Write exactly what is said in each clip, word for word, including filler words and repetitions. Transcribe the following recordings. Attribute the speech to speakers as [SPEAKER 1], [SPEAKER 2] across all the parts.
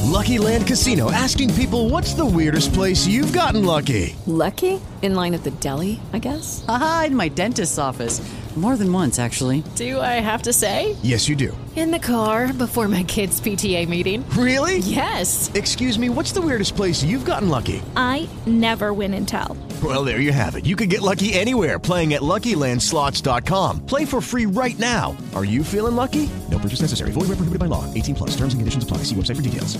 [SPEAKER 1] Lucky Land Casino, asking people, what's the weirdest place you've gotten lucky?
[SPEAKER 2] Lucky? In line at the deli, I guess?
[SPEAKER 3] Aha, in my dentist's office. More than once, actually.
[SPEAKER 2] Do I have to say?
[SPEAKER 1] Yes, you do.
[SPEAKER 2] In the car before my kids' P T A meeting.
[SPEAKER 1] Really?
[SPEAKER 2] Yes.
[SPEAKER 1] Excuse me, what's the weirdest place you've gotten lucky?
[SPEAKER 4] I never win and tell.
[SPEAKER 1] Well, there you have it. You can get lucky anywhere, playing at Lucky Land Slots dot com. Play for free right now. Are you feeling lucky? No purchase necessary. Void where prohibited by law. eighteen plus. Terms and conditions apply. See website for details.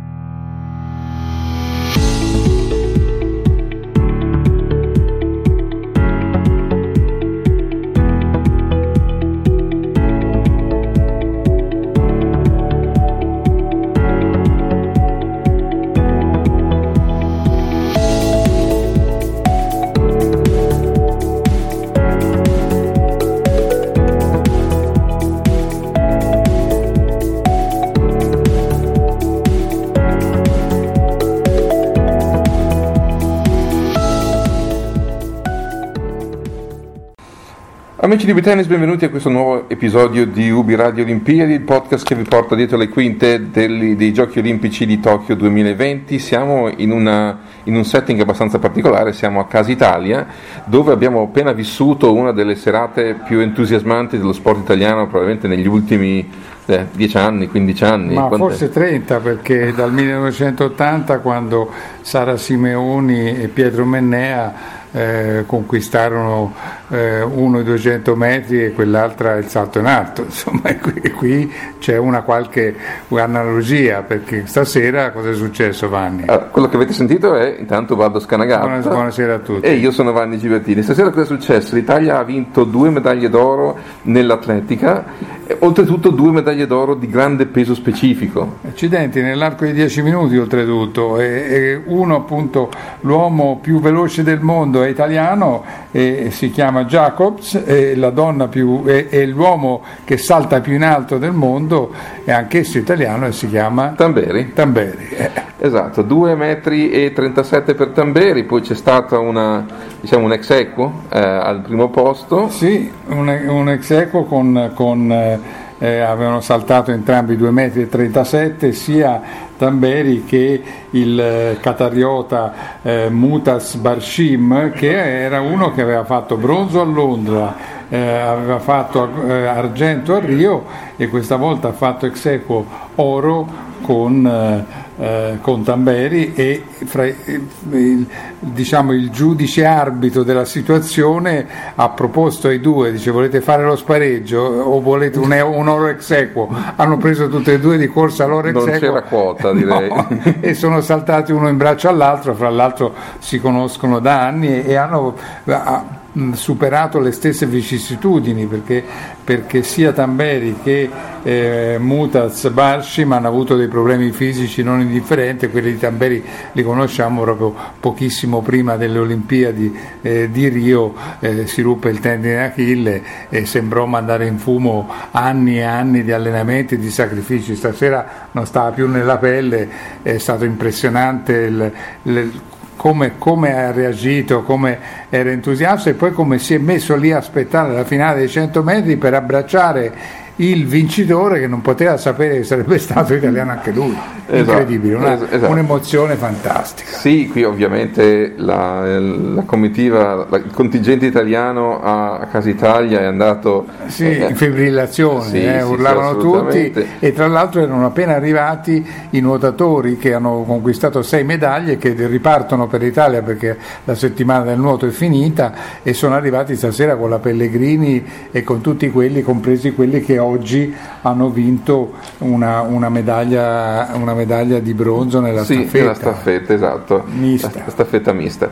[SPEAKER 5] Amici di U B Tennis, benvenuti a questo nuovo episodio di U B Radio Olimpiadi, il podcast che vi porta dietro le quinte dei, dei Giochi Olimpici di Tokyo duemilaventi. Siamo in, una, in un setting abbastanza particolare, siamo a Casa Italia, dove abbiamo appena vissuto una delle serate più entusiasmanti dello sport italiano, probabilmente negli ultimi eh, dieci anni, quindici anni.
[SPEAKER 6] Ma
[SPEAKER 5] Quant'è?
[SPEAKER 6] Forse trenta, perché dal millenovecentottanta, quando Sara Simeoni e Pietro Mennea Eh, conquistarono eh, uno i duecento metri e quell'altra il salto in alto, insomma, e qui, e qui c'è una qualche analogia, perché stasera cosa è successo, Vanni?
[SPEAKER 5] Allora, quello che avete sentito è intanto Valdo Scanagatta.
[SPEAKER 6] Buona, buonasera a tutti.
[SPEAKER 5] E io sono Vanni Gibertini. Stasera cosa è successo? L'Italia ha vinto due medaglie d'oro nell'atletica, e oltretutto due medaglie d'oro di grande peso specifico.
[SPEAKER 6] Accidenti, nell'arco di dieci minuti oltretutto, e, e uno appunto, l'uomo più veloce del mondo è italiano e si chiama Jacobs, e la donna più e, e l'uomo che salta più in alto del mondo è anch'esso italiano e si chiama
[SPEAKER 5] Tamberi.
[SPEAKER 6] Tamberi. Eh.
[SPEAKER 5] Esatto, due metri e trentasette per Tamberi, poi c'è stata una, diciamo, un ex equo eh, al primo posto.
[SPEAKER 6] Sì, un, un ex equo con, con eh, avevano saltato entrambi due metri e trentasette, sia Tamberi che il eh, qatariota eh, Mutas Barshim, che era uno che aveva fatto bronzo a Londra, eh, aveva fatto eh, argento a Rio e questa volta ha fatto ex equo oro con, eh, eh, con Tamberi, e fra, eh, il, diciamo, il giudice arbitro della situazione ha proposto ai due, dice: volete fare lo spareggio o volete un, un oro ex equo? Hanno preso tutte e due di corsa l'oro ex equo,
[SPEAKER 5] non c'era quota, direi.
[SPEAKER 6] No, e sono saltati uno in braccio all'altro, fra l'altro si conoscono da anni e, e hanno a, superato le stesse vicissitudini, perché, perché sia Tamberi che eh, Mutas Barshim hanno avuto dei problemi fisici non indifferenti. Quelli di Tamberi li conosciamo proprio pochissimo prima delle Olimpiadi eh, di Rio, eh, si ruppe il tendine d'Achille e sembrò mandare in fumo anni e anni di allenamenti e di sacrifici. Stasera non stava più nella pelle, è stato impressionante il, il Come, come ha reagito, come era entusiasta e poi come si è messo lì a aspettare la finale dei cento metri per abbracciare il vincitore, che non poteva sapere che sarebbe stato italiano anche lui. Incredibile, una,
[SPEAKER 5] esatto.
[SPEAKER 6] Un'emozione fantastica.
[SPEAKER 5] Sì, qui ovviamente la, la comitiva, la, il contingente italiano a, a Casa Italia è andato
[SPEAKER 6] sì,
[SPEAKER 5] eh,
[SPEAKER 6] in fibrillazione,
[SPEAKER 5] sì,
[SPEAKER 6] eh,
[SPEAKER 5] sì,
[SPEAKER 6] urlavano
[SPEAKER 5] sì,
[SPEAKER 6] tutti, e tra l'altro erano appena arrivati i nuotatori che hanno conquistato sei medaglie, che ripartono per l'Italia perché la settimana del nuoto è finita, e sono arrivati stasera con la Pellegrini e con tutti quelli, compresi quelli che oggi hanno vinto una, una medaglia una medaglia di bronzo nella
[SPEAKER 5] sì,
[SPEAKER 6] staffetta.
[SPEAKER 5] nella staffetta, esatto,
[SPEAKER 6] mista.
[SPEAKER 5] La staffetta mista.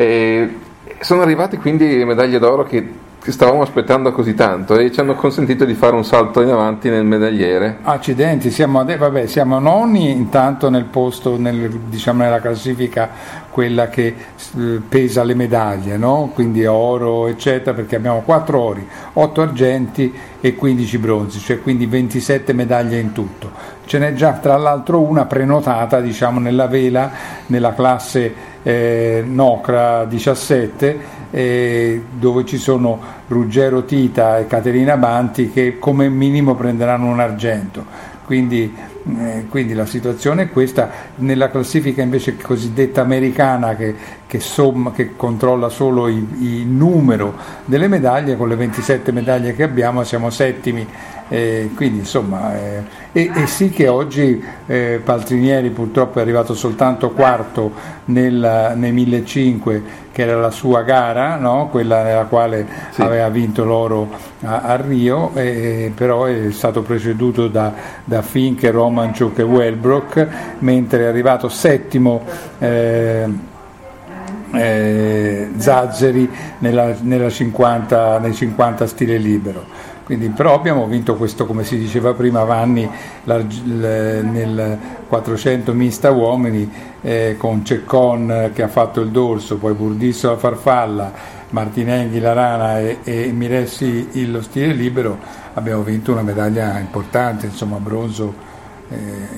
[SPEAKER 5] E sono arrivati quindi le medaglie d'oro che stavamo aspettando così tanto e ci hanno consentito di fare un salto in avanti nel medagliere.
[SPEAKER 6] Accidenti, siamo, vabbè, siamo nonni intanto nel posto, nel, diciamo nella classifica, quella che eh, pesa le medaglie, no? Quindi oro eccetera, perché abbiamo quattro ori, otto argenti e quindici bronzi, cioè quindi ventisette medaglie in tutto. Ce n'è già tra l'altro una prenotata, diciamo, nella vela, nella classe eh, Nocra diciassette, eh, dove ci sono Ruggero Tita e Caterina Banti, che come minimo prenderanno un argento. Quindi Eh, quindi la situazione è questa. Nella classifica invece cosiddetta americana, che, che, somma, che controlla solo il, il numero delle medaglie, con le ventisette medaglie che abbiamo siamo settimi, eh, quindi insomma eh, e, e sì che oggi eh, Paltrinieri purtroppo è arrivato soltanto quarto nel, nei millecinquecento, che era la sua gara, no? Quella nella quale sì. aveva vinto l'oro a, a Rio, eh, però è stato preceduto da, da Fink, Romanchuk e Wellbrook, mentre è arrivato settimo eh, eh, Zazzeri nella, nella cinquanta, nei cinquanta stile libero. Quindi, però abbiamo vinto questo, come si diceva prima, Vanni la, l, nel quattrocento mista uomini, eh, con Ceccon che ha fatto il dorso, poi Burdisso la farfalla, Martinenghi la rana e, e Miressi il, lo stile libero. Abbiamo vinto una medaglia importante, insomma bronzo, eh,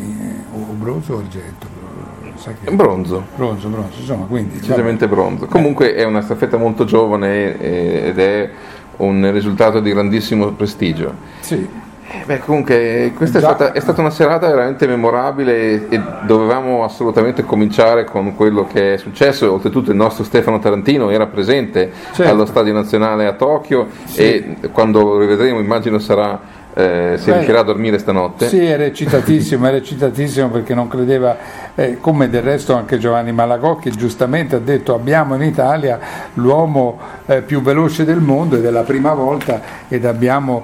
[SPEAKER 6] o bronzo o argento? Sai che...
[SPEAKER 5] Bronzo.
[SPEAKER 6] Bronzo, bronzo, insomma, quindi...
[SPEAKER 5] Decisamente bronzo. Comunque è una staffetta molto giovane eh, ed è un risultato di grandissimo prestigio.
[SPEAKER 6] Sì.
[SPEAKER 5] Beh, comunque questa è stata, è stata una serata veramente memorabile e dovevamo assolutamente cominciare con quello che è successo. Oltretutto il nostro Stefano Tarantino era presente certo. allo Stadio Nazionale a Tokyo sì. e quando lo rivedremo immagino sarà eh, si Beh, riuscirà a dormire stanotte.
[SPEAKER 6] Sì, era eccitatissimo, era eccitatissimo perché non credeva, eh, come del resto anche Giovanni Malagò, che giustamente ha detto abbiamo in Italia l'uomo eh, più veloce del mondo ed è la prima volta, ed abbiamo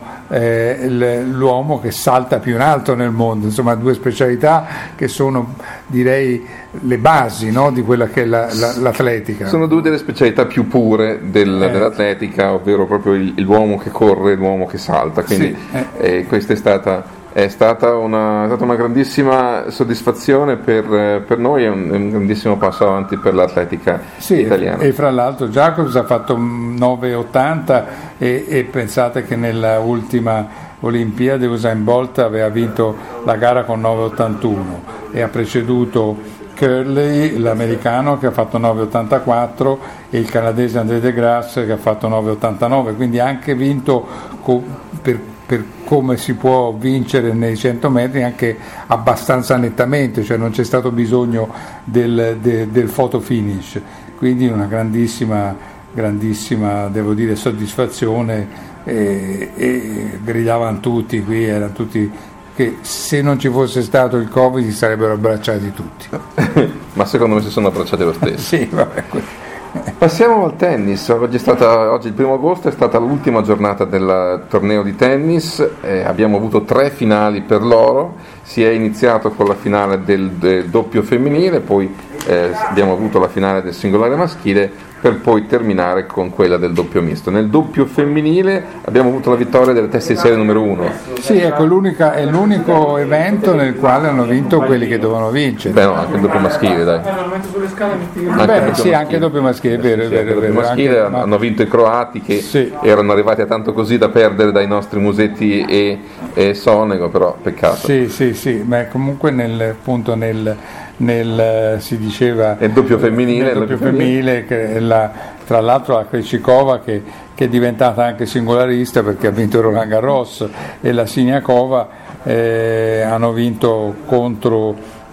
[SPEAKER 6] eh, l'uomo che salta più in alto nel mondo, insomma due specialità che sono, direi, le basi, no, di quella che è la, la, l'atletica.
[SPEAKER 5] Sono due delle specialità più pure del, eh. dell'atletica, ovvero proprio il, l'uomo che corre e l'uomo che salta, quindi sì, eh. eh, questa è stata, è stata, una, è stata una grandissima soddisfazione per, per noi, è un, è un grandissimo passo avanti per l'atletica
[SPEAKER 6] sì,
[SPEAKER 5] italiana.
[SPEAKER 6] E fra l'altro Jacobs ha fatto nove ottanta e, e pensate che nella ultima Olimpiade Usain Bolt aveva vinto la gara con nove ottantuno e ha preceduto Curley, l'americano, che ha fatto nove ottantaquattro, e il canadese André De Grasse che ha fatto nove ottantanove, quindi ha anche vinto co- per, per come si può vincere nei cento metri anche abbastanza nettamente, cioè non c'è stato bisogno del, de, del photo finish, quindi una grandissima, grandissima devo dire soddisfazione, e, e gridavano tutti qui, erano tutti che se non ci fosse stato il Covid si sarebbero abbracciati tutti.
[SPEAKER 5] Ma secondo me si sono abbracciati lo stesso.
[SPEAKER 6] Sì, vabbè.
[SPEAKER 5] Passiamo al tennis. Oggi, è stata, oggi il primo agosto è stata l'ultima giornata del torneo di tennis, eh, abbiamo avuto tre finali per l'oro, si è iniziato con la finale del, del doppio femminile, poi eh, abbiamo avuto la finale del singolare maschile, per poi terminare con quella del doppio misto. Nel doppio femminile abbiamo avuto la vittoria della testa di serie numero uno.
[SPEAKER 6] Sì, ecco, l'unica, è l'unico evento nel quale hanno vinto quelli che dovevano vincere.
[SPEAKER 5] Beh no, anche il doppio maschile, dai.
[SPEAKER 6] Anche Beh, sì, maschile. Anche il doppio maschile, è vero,
[SPEAKER 5] sì,
[SPEAKER 6] è vero,
[SPEAKER 5] il doppio
[SPEAKER 6] vero,
[SPEAKER 5] maschile
[SPEAKER 6] anche,
[SPEAKER 5] hanno vinto i croati che
[SPEAKER 6] sì.
[SPEAKER 5] erano arrivati a tanto così da perdere dai nostri Musetti e, e Sonego, però peccato.
[SPEAKER 6] Sì, sì, sì, ma comunque nel, appunto nel, nel si diceva
[SPEAKER 5] il doppio femminile,
[SPEAKER 6] il doppio femminile, che la, tra l'altro la Krejcikova che, che è diventata anche singolarista perché ha vinto Roland Garros, e la Siniakova eh, hanno vinto contro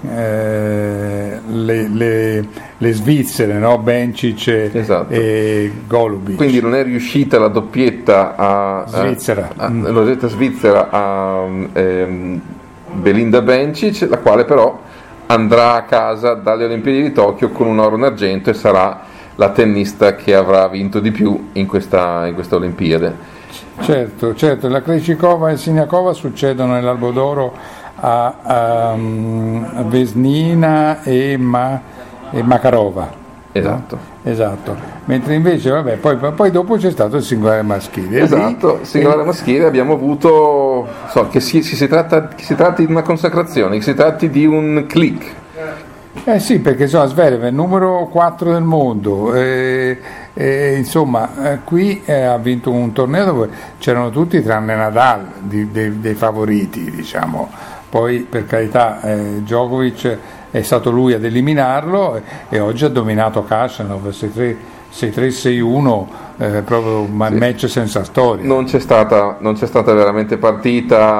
[SPEAKER 6] eh, le, le, le svizzere, no? Bencic e,
[SPEAKER 5] esatto.
[SPEAKER 6] e Golubic.
[SPEAKER 5] Quindi non è riuscita la doppietta a
[SPEAKER 6] Svizzera,
[SPEAKER 5] a, a, mm. la doppietta svizzera a ehm, Belinda Bencic, la quale però andrà a casa dalle Olimpiadi di Tokyo con un oro, un argento, e sarà la tennista che avrà vinto di più in questa, in questa Olimpiade.
[SPEAKER 6] Certo, certo, la Krejcikova e Siniakova succedono nell'Albo d'Oro a, a, a Vesnina e, Ma, e Makarova.
[SPEAKER 5] Esatto.
[SPEAKER 6] No? Esatto. Mentre invece, vabbè, poi, poi dopo c'è stato il singolare maschile.
[SPEAKER 5] Esatto, il singolare e... maschile abbiamo avuto, so, che si, si, si, tratta, che si tratti di una consacrazione, che si tratti di un click.
[SPEAKER 6] Eh sì, perché insomma Zverev è il numero quattro del mondo, e, e, insomma eh, qui eh, ha vinto un torneo dove c'erano tutti tranne Nadal di, de, dei favoriti, diciamo. Poi per carità eh, Djokovic è stato lui ad eliminarlo, e, e oggi ha dominato Khachanov sei tre sei uno, eh, proprio un sì. match senza storia.
[SPEAKER 5] Non c'è stata, non c'è stata veramente partita.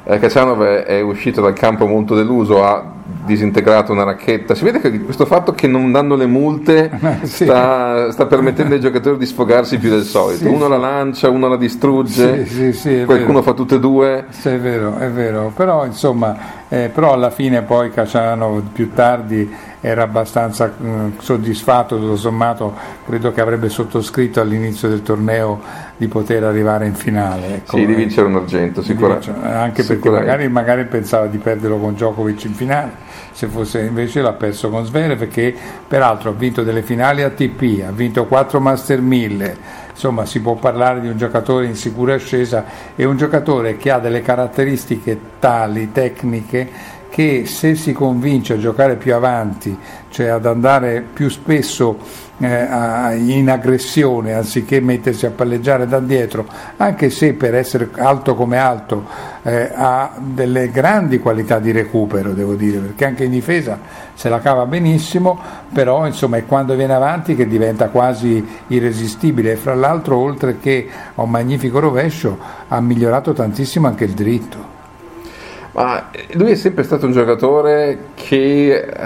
[SPEAKER 5] eh, Khachanov è, è uscito dal campo molto deluso, ha disintegrato una racchetta. Si vede che questo fatto che non danno le multe
[SPEAKER 6] sì.
[SPEAKER 5] sta, sta permettendo ai giocatori di sfogarsi più del solito.
[SPEAKER 6] Sì,
[SPEAKER 5] uno
[SPEAKER 6] sì.
[SPEAKER 5] la lancia, uno la distrugge,
[SPEAKER 6] sì, sì, sì,
[SPEAKER 5] qualcuno
[SPEAKER 6] vero.
[SPEAKER 5] fa tutte e due.
[SPEAKER 6] Sì, è vero, è vero, però insomma, eh, però alla fine poi Khachanov più tardi era abbastanza mh, soddisfatto, tutto sommato credo che avrebbe sottoscritto all'inizio del torneo di poter arrivare in finale. Ecco,
[SPEAKER 5] Sì, di vincere un argento, sicuramente.
[SPEAKER 6] Anche perché magari, magari pensava di perderlo con Djokovic in finale, se fosse invece l'ha perso con Zverev, perché peraltro ha vinto delle finali A T P, ha vinto quattro Master mille, insomma si può parlare di un giocatore in sicura ascesa e un giocatore che ha delle caratteristiche tali, tecniche, che se si convince a giocare più avanti, cioè ad andare più spesso eh, a, in aggressione anziché mettersi a palleggiare da dietro, anche se per essere alto come alto eh, ha delle grandi qualità di recupero, devo dire, perché anche in difesa se la cava benissimo, però insomma è quando viene avanti che diventa quasi irresistibile e fra l'altro oltre che a un magnifico rovescio ha migliorato tantissimo anche il dritto.
[SPEAKER 5] Ma lui è sempre stato un giocatore che eh,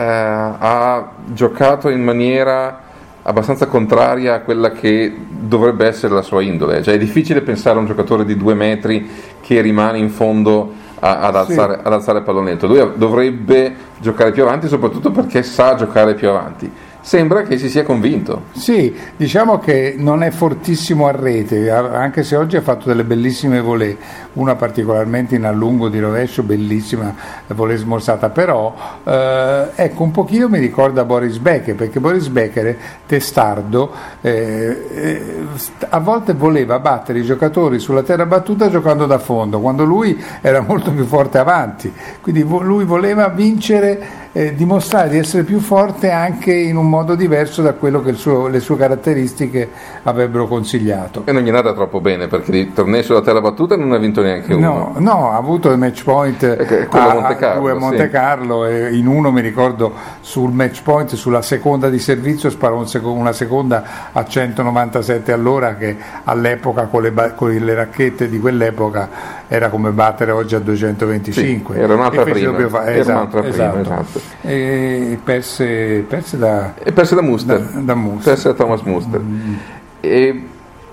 [SPEAKER 5] ha giocato in maniera abbastanza contraria a quella che dovrebbe essere la sua indole, cioè è difficile pensare a un giocatore di due metri che rimane in fondo a, ad, alzare, sì. ad alzare il pallonetto. Lui dovrebbe giocare più avanti, soprattutto perché sa giocare più avanti. Sembra che si sia convinto.
[SPEAKER 6] Sì, diciamo che non è fortissimo a rete, anche se oggi ha fatto delle bellissime volée, una particolarmente in allungo di rovescio, bellissima volée smorzata, però eh, ecco un pochino mi ricorda Boris Becker, perché Boris Becker, testardo, eh, eh, a volte voleva battere i giocatori sulla terra battuta giocando da fondo, quando lui era molto più forte avanti, quindi vo- lui voleva vincere, eh, dimostrare di essere più forte anche in un modo diverso da quello che il suo, le sue caratteristiche avrebbero consigliato.
[SPEAKER 5] E non gli è andata troppo bene, perché di tornei sulla terra battuta non ha vinto neanche uno.
[SPEAKER 6] No, no, ha avuto il match point
[SPEAKER 5] eh,
[SPEAKER 6] a,
[SPEAKER 5] a Monte Carlo,
[SPEAKER 6] a due a Monte
[SPEAKER 5] sì.
[SPEAKER 6] Carlo e in uno mi ricordo sul match point, sulla seconda di servizio sparò un seco, una seconda a centonovantasette all'ora, che all'epoca con le, con le racchette di quell'epoca era come battere oggi a duecentoventicinque.
[SPEAKER 5] Sì, era un'altra
[SPEAKER 6] e
[SPEAKER 5] prima,
[SPEAKER 6] fa-
[SPEAKER 5] era
[SPEAKER 6] esatto,
[SPEAKER 5] un'altra
[SPEAKER 6] esatto.
[SPEAKER 5] prima, esatto.
[SPEAKER 6] E perse, perse da
[SPEAKER 5] e perse da Muster,
[SPEAKER 6] da, da Muster.
[SPEAKER 5] perse da Thomas Muster. Mm. E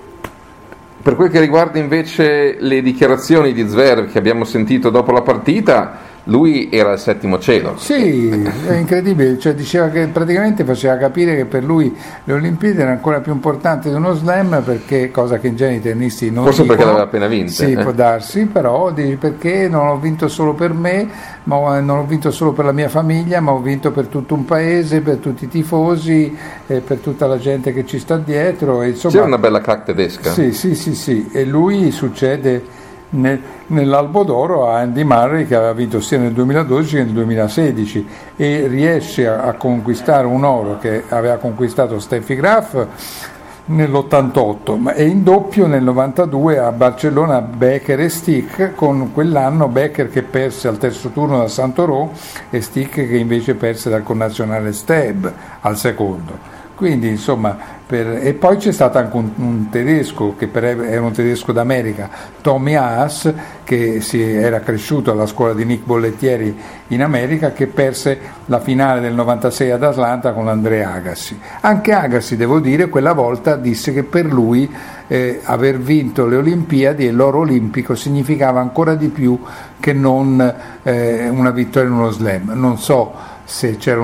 [SPEAKER 5] per quel che riguarda invece le dichiarazioni di Zverev che abbiamo sentito dopo la partita, lui era al settimo cielo.
[SPEAKER 6] Sì, è incredibile, cioè diceva che praticamente faceva capire che per lui le Olimpiadi erano ancora più importanti di uno slam, perché cosa che in genere i tennisti non
[SPEAKER 5] forse
[SPEAKER 6] dicono.
[SPEAKER 5] Perché l'aveva appena vinta.
[SPEAKER 6] Sì,
[SPEAKER 5] eh?
[SPEAKER 6] può darsi, però perché non ho vinto solo per me, ma non ho vinto solo per la mia famiglia, ma ho vinto per tutto un paese, per tutti i tifosi, eh, per tutta la gente che ci sta dietro. E insomma,
[SPEAKER 5] c'era una bella clac tedesca.
[SPEAKER 6] Sì, sì, sì, sì, e lui succede Nel, nell'Albo d'Oro a Andy Murray, che aveva vinto sia nel duemiladodici che nel duemilasedici, e riesce a, a conquistare un oro che aveva conquistato Steffi Graf nell'ottantotto, ma e in doppio nel novantadue a Barcellona Becker e Stick, con quell'anno Becker che perse al terzo turno da Santoro e Stick che invece perse dal connazionale Steb al secondo. Quindi insomma, per, e poi c'è stato anche un, un tedesco che per, era un tedesco d'America, Tommy Haas, che si era cresciuto alla scuola di Nick Bollettieri in America, che perse la finale del novantasei ad Atlanta con Andrea Agassi. Anche Agassi, devo dire, quella volta disse che per lui eh, aver vinto le Olimpiadi e l'oro olimpico significava ancora di più che non eh, una vittoria in uno slam. Non so se c'era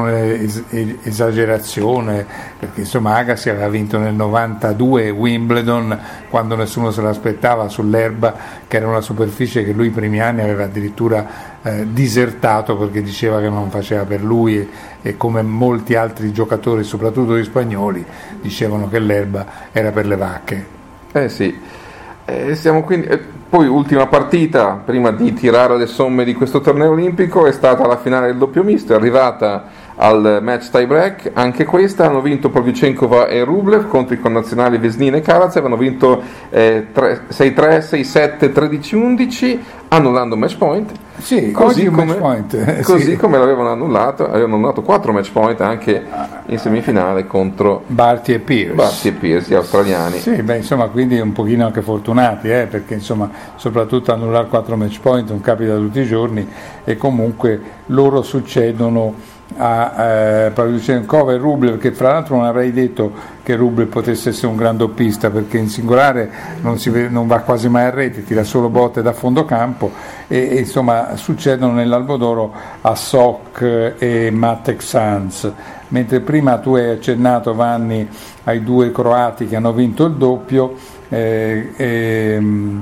[SPEAKER 6] un'esagerazione, perché insomma Agassi aveva vinto nel novantadue Wimbledon quando nessuno se l'aspettava, sull'erba, che era una superficie che lui i primi anni aveva addirittura eh, disertato perché diceva che non faceva per lui, e, e come molti altri giocatori, soprattutto gli spagnoli, dicevano che l'erba era per le vacche.
[SPEAKER 5] Eh sì, eh, siamo quindi... Eh... Poi ultima partita prima di tirare le somme di questo torneo olimpico è stata la finale del doppio misto, è arrivata al match tie break, anche questa hanno vinto Pavlyuchenkova e Rublev contro i connazionali Vesnina e Karatsev, hanno vinto eh, sei tre, sei sette, tredici undici, annullando match point.
[SPEAKER 6] Sì,
[SPEAKER 5] così, come,
[SPEAKER 6] match point.
[SPEAKER 5] così
[SPEAKER 6] sì.
[SPEAKER 5] come l'avevano annullato, avevano annullato quattro match point anche in semifinale contro
[SPEAKER 6] Barty e Pierce.
[SPEAKER 5] Barty e Pierce, gli australiani.
[SPEAKER 6] Sì, beh, insomma, quindi un pochino anche fortunati, eh, perché insomma, soprattutto annullare quattro match point non capita tutti i giorni, e comunque loro succedono a eh, Pavlyuchenkova e Rublev, che fra l'altro non avrei detto che Rublev potesse essere un gran doppista, perché in singolare non, si vede, non va quasi mai a rete, tira solo botte da fondo campo, e, e insomma succedono nell'Albo d'Oro a Sock e Matek Sanz. Mentre prima tu hai accennato, Vanni, ai due croati che hanno vinto il doppio, eh, eh,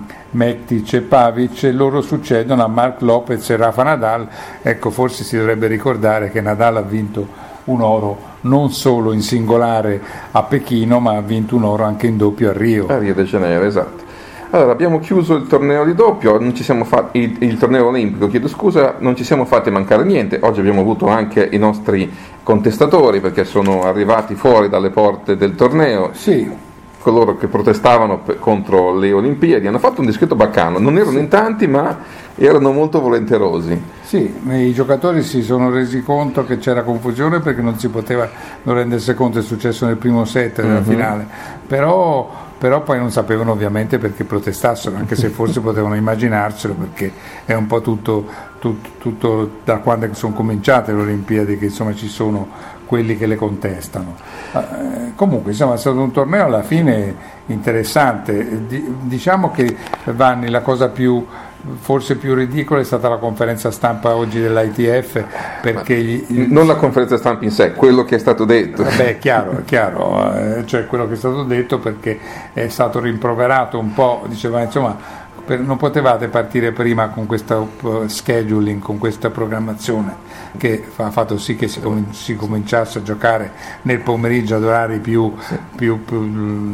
[SPEAKER 6] Mektic e Pavic, e loro succedono a Mark Lopez e Rafa Nadal. Ecco, forse si dovrebbe ricordare che Nadal ha vinto un oro non solo in singolare a Pechino, ma ha vinto un oro anche in doppio a Rio.
[SPEAKER 5] A Rio de Janeiro, esatto. Allora, abbiamo chiuso il torneo di doppio, non ci siamo fatti, il, il torneo olimpico, chiedo scusa, non ci siamo fatti mancare niente. Oggi abbiamo avuto anche i nostri contestatori, perché sono arrivati fuori dalle porte del torneo.
[SPEAKER 6] Sì.
[SPEAKER 5] Coloro che protestavano per, contro le Olimpiadi, hanno fatto un discreto baccano, non erano in tanti ma erano molto volenterosi.
[SPEAKER 6] Sì, i giocatori si sono resi conto che c'era confusione, perché non si poteva non rendersi conto del successo nel primo set della uh-huh. finale, però, però poi non sapevano ovviamente perché protestassero, anche se forse potevano immaginarselo, perché è un po' tutto, tutto, tutto da quando sono cominciate le Olimpiadi che insomma ci sono quelli che le contestano. Eh, comunque insomma è stato un torneo alla fine interessante. D- diciamo che, Vanni, la cosa più forse più ridicola è stata la conferenza stampa oggi dell'I T F, perché gli, gli...
[SPEAKER 5] non la conferenza stampa in sé, quello che è stato detto.
[SPEAKER 6] Beh, è chiaro, è chiaro, eh, cioè quello che è stato detto, perché è stato rimproverato un po', diceva insomma per, non potevate partire prima con questo uh, scheduling, con questa programmazione che ha fatto sì che si, com- si cominciasse a giocare nel pomeriggio ad orari più, sì. più, più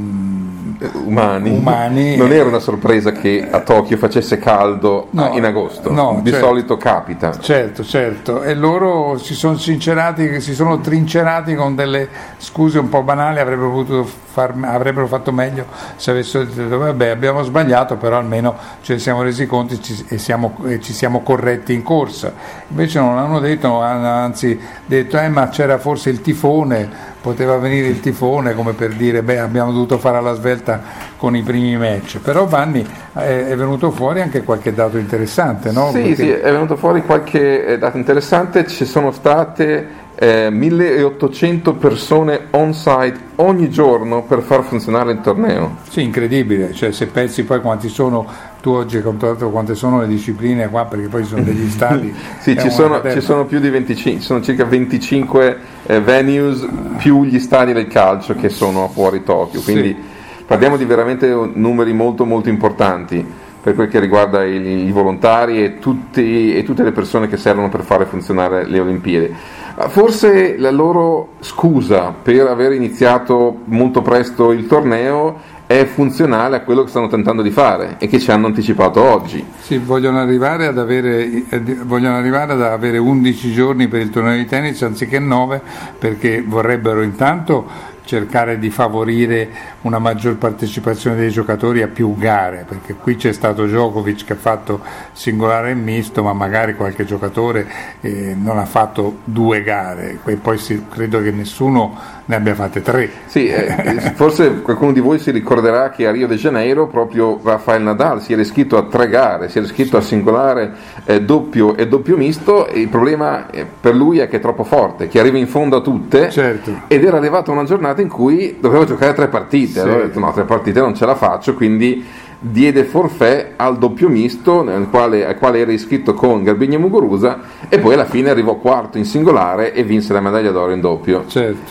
[SPEAKER 6] um,
[SPEAKER 5] umani.
[SPEAKER 6] umani.
[SPEAKER 5] Non era una sorpresa che a Tokyo facesse caldo no, in agosto, no, di certo, solito capita.
[SPEAKER 6] Certo, certo, e loro si sono sincerati, si sono trincerati con delle scuse un po' banali, avrebbero potuto far, avrebbero fatto meglio se avessero detto vabbè abbiamo sbagliato, però almeno ce ne siamo resi conto e ci, e siamo, e ci siamo corretti in corsa. Invece non l'hanno detto, hanno anzi detto eh ma c'era forse il tifone, poteva venire il tifone, come per dire beh abbiamo dovuto fare alla svelta con i primi match. Però Vanni è, è venuto fuori anche qualche dato interessante, no?
[SPEAKER 5] Sì,
[SPEAKER 6] Perché...
[SPEAKER 5] sì, è venuto fuori qualche dato interessante, ci sono state eh, milleottocento persone on site ogni giorno per far funzionare il torneo.
[SPEAKER 6] Sì, incredibile, cioè se pensi poi quanti sono, tu oggi hai contato quante sono le discipline qua, perché poi sono degli stadi.
[SPEAKER 5] Sì, ci sono, ci sono più di venticinque, ci sono circa venticinque eh, venues più gli stadi del calcio che sono fuori Tokyo, quindi sì, parliamo di veramente numeri molto molto importanti per quel che riguarda i, i volontari e, tutti, e tutte le persone che servono per fare funzionare le Olimpiadi. Forse la loro scusa per aver iniziato molto presto il torneo è funzionale a quello che stanno tentando di fare e che ci hanno anticipato oggi.
[SPEAKER 6] Sì, vogliono arrivare ad avere, vogliono arrivare ad avere undici giorni per il torneo di tennis anziché nove, perché vorrebbero intanto cercare di favorire una maggior partecipazione dei giocatori a più gare, perché qui c'è stato Djokovic che ha fatto singolare e misto, ma magari qualche giocatore eh, non ha fatto due gare, e poi si, credo che nessuno ne abbia fatte tre.
[SPEAKER 5] Sì, eh, forse qualcuno di voi si ricorderà che a Rio de Janeiro proprio Rafael Nadal si era iscritto a tre gare, si era iscritto a singolare, eh, doppio e doppio misto, e il problema eh, per lui è che è troppo forte, che arriva in fondo a tutte,
[SPEAKER 6] certo,
[SPEAKER 5] ed era arrivata una giornata in cui doveva giocare tre partite, sì. Allora ho detto no, tre partite non ce la faccio, quindi diede forfait al doppio misto nel quale, al quale era iscritto con Garbiñe Muguruza, e poi alla fine arrivò quarto in singolare e vinse la medaglia d'oro in doppio.
[SPEAKER 6] Certo,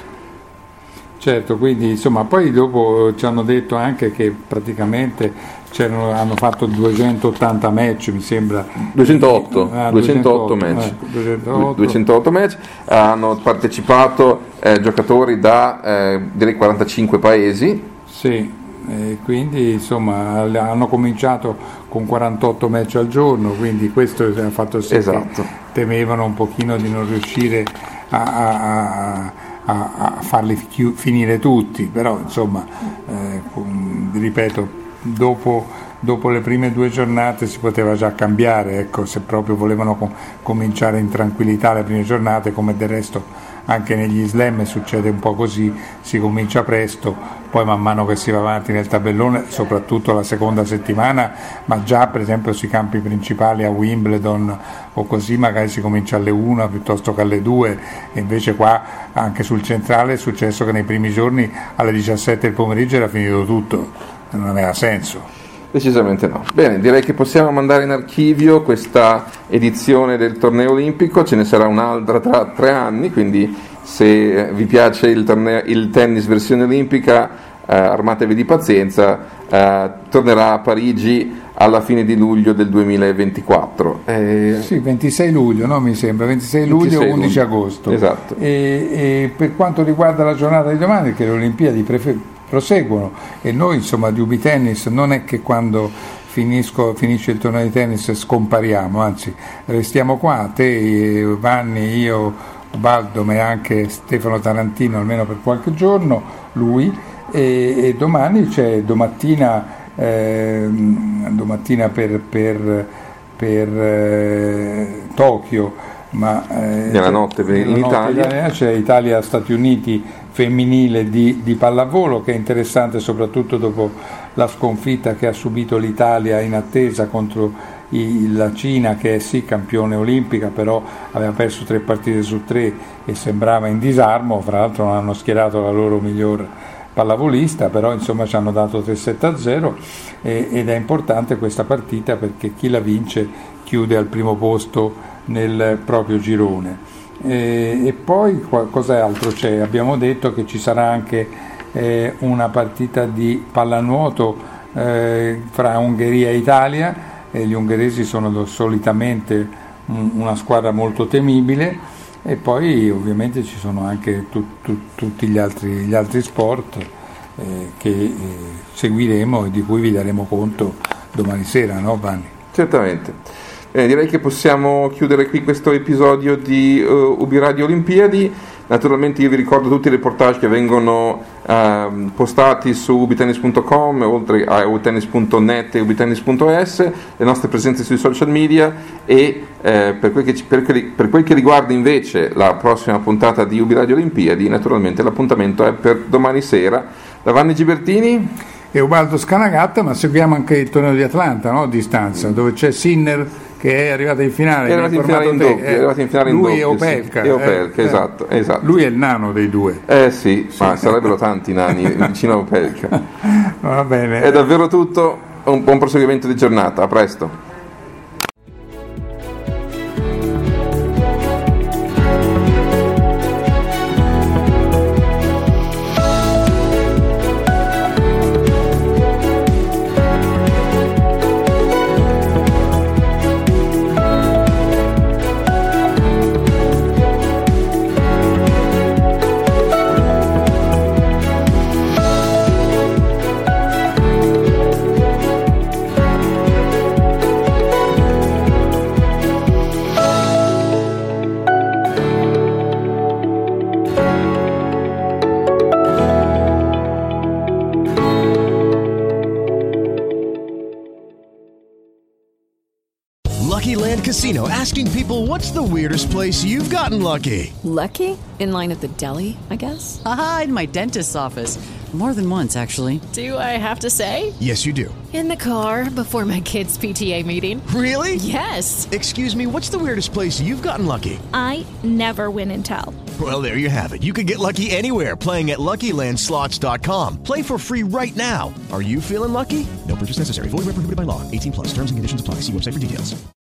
[SPEAKER 6] certo, quindi insomma poi dopo ci hanno detto anche che praticamente c'erano, hanno fatto duecentottanta match, mi sembra
[SPEAKER 5] duecentootto,
[SPEAKER 6] ah,
[SPEAKER 5] duecentootto match,
[SPEAKER 6] ecco, duecentootto.
[SPEAKER 5] duecentootto match, hanno partecipato eh, giocatori da eh, direi quarantacinque paesi.
[SPEAKER 6] Sì, eh, quindi insomma hanno cominciato con quarantotto match al giorno, quindi questo ha fatto sì,
[SPEAKER 5] esatto,
[SPEAKER 6] che temevano un pochino di non riuscire a, a, a, a farli chi- finire tutti, però insomma eh, ripeto, dopo dopo le prime due giornate si poteva già cambiare, ecco, se proprio volevano com- cominciare in tranquillità le prime giornate, come del resto anche negli slam succede un po' così, si comincia presto, poi man mano che si va avanti nel tabellone, soprattutto la seconda settimana, ma già per esempio sui campi principali a Wimbledon o così magari si comincia alle una piuttosto che alle due, e invece qua anche sul centrale è successo che nei primi giorni alle diciassette del pomeriggio era finito tutto, non aveva senso.
[SPEAKER 5] Decisamente no. Bene, direi che possiamo mandare in archivio questa edizione del torneo olimpico, ce ne sarà un'altra tra tre anni, quindi se vi piace il, torneo, il tennis versione olimpica, eh, armatevi di pazienza, eh, tornerà a Parigi alla fine di luglio del duemilaventiquattro. Eh...
[SPEAKER 6] Sì, ventisei luglio, no? Mi sembra, ventisei luglio, undici agosto.
[SPEAKER 5] Esatto.
[SPEAKER 6] E, e per quanto riguarda la giornata di domani, che le Olimpiadi prefer- proseguono, e noi insomma di Ubi Tennis non è che quando finisco, finisce il torneo di tennis scompariamo, anzi restiamo qua, te, Vanni, io, Ubaldo, ma anche Stefano Tarantino almeno per qualche giorno, lui, e, e domani c'è domattina, eh, domattina per, per, per eh, Tokyo, ma eh,
[SPEAKER 5] nella notte in
[SPEAKER 6] nella
[SPEAKER 5] Italia
[SPEAKER 6] notte c'è Italia-Stati Uniti femminile di, di pallavolo, che è interessante soprattutto dopo la sconfitta che ha subito l'Italia in attesa contro i, la Cina, che è sì campione olimpica, però aveva perso tre partite su tre e sembrava in disarmo. Fra l'altro non hanno schierato la loro miglior pallavolista, però insomma ci hanno dato tre sette a zero, e, ed è importante questa partita perché chi la vince chiude al primo posto nel proprio girone. E, e poi cos'altro c'è? Abbiamo detto che ci sarà anche eh, una partita di pallanuoto eh, fra Ungheria e Italia, e gli ungheresi sono solitamente un, una squadra molto temibile, e poi ovviamente ci sono anche tu, tu, tutti gli altri, gli altri sport eh, che eh, seguiremo e di cui vi daremo conto domani sera, no Vanni?
[SPEAKER 5] Certamente. Eh, direi che possiamo chiudere qui questo episodio di uh, Ubi Radio Olimpiadi. Naturalmente io vi ricordo tutti i reportage che vengono uh, postati su ubitennis punto com, oltre a ubitennis punto net e ubitennis punto es, le nostre presenze sui social media, e eh, per, quel che, per, quel, per quel che riguarda invece la prossima puntata di Ubi Radio Olimpiadi, naturalmente l'appuntamento è per domani sera. Da Vanni Gibertini
[SPEAKER 6] e Ubaldo Scanagatta, ma seguiamo anche il torneo di Atlanta, no? A distanza, dove c'è Sinner che è arrivato in finale,
[SPEAKER 5] è arrivato in finale in doppio, è arrivato in finale in
[SPEAKER 6] lui
[SPEAKER 5] doppio,
[SPEAKER 6] e Opelka,
[SPEAKER 5] sì. e Opelka,
[SPEAKER 6] eh,
[SPEAKER 5] esatto, esatto.
[SPEAKER 6] Lui è il nano dei due.
[SPEAKER 5] Eh sì, sì. Ma sarebbero tanti nani vicino a Opelka.
[SPEAKER 6] Va bene.
[SPEAKER 5] È davvero tutto, un buon proseguimento di giornata, a presto.
[SPEAKER 1] Casino, asking people, what's the weirdest place you've gotten lucky?
[SPEAKER 2] Lucky? In line at the deli, I guess?
[SPEAKER 3] Aha, in my dentist's office. More than once, actually.
[SPEAKER 2] Do I have to say?
[SPEAKER 1] Yes, you do.
[SPEAKER 2] In the car before my kids' P T A meeting.
[SPEAKER 1] Really?
[SPEAKER 2] Yes.
[SPEAKER 1] Excuse me, what's the weirdest place you've gotten lucky?
[SPEAKER 4] I never win and tell.
[SPEAKER 1] Well, there you have it. You can get lucky anywhere, playing at Lucky Land Slots dot com. Play for free right now. Are you feeling lucky? No purchase necessary. Void where prohibited by law. eighteen plus. Terms and conditions apply. See website for details.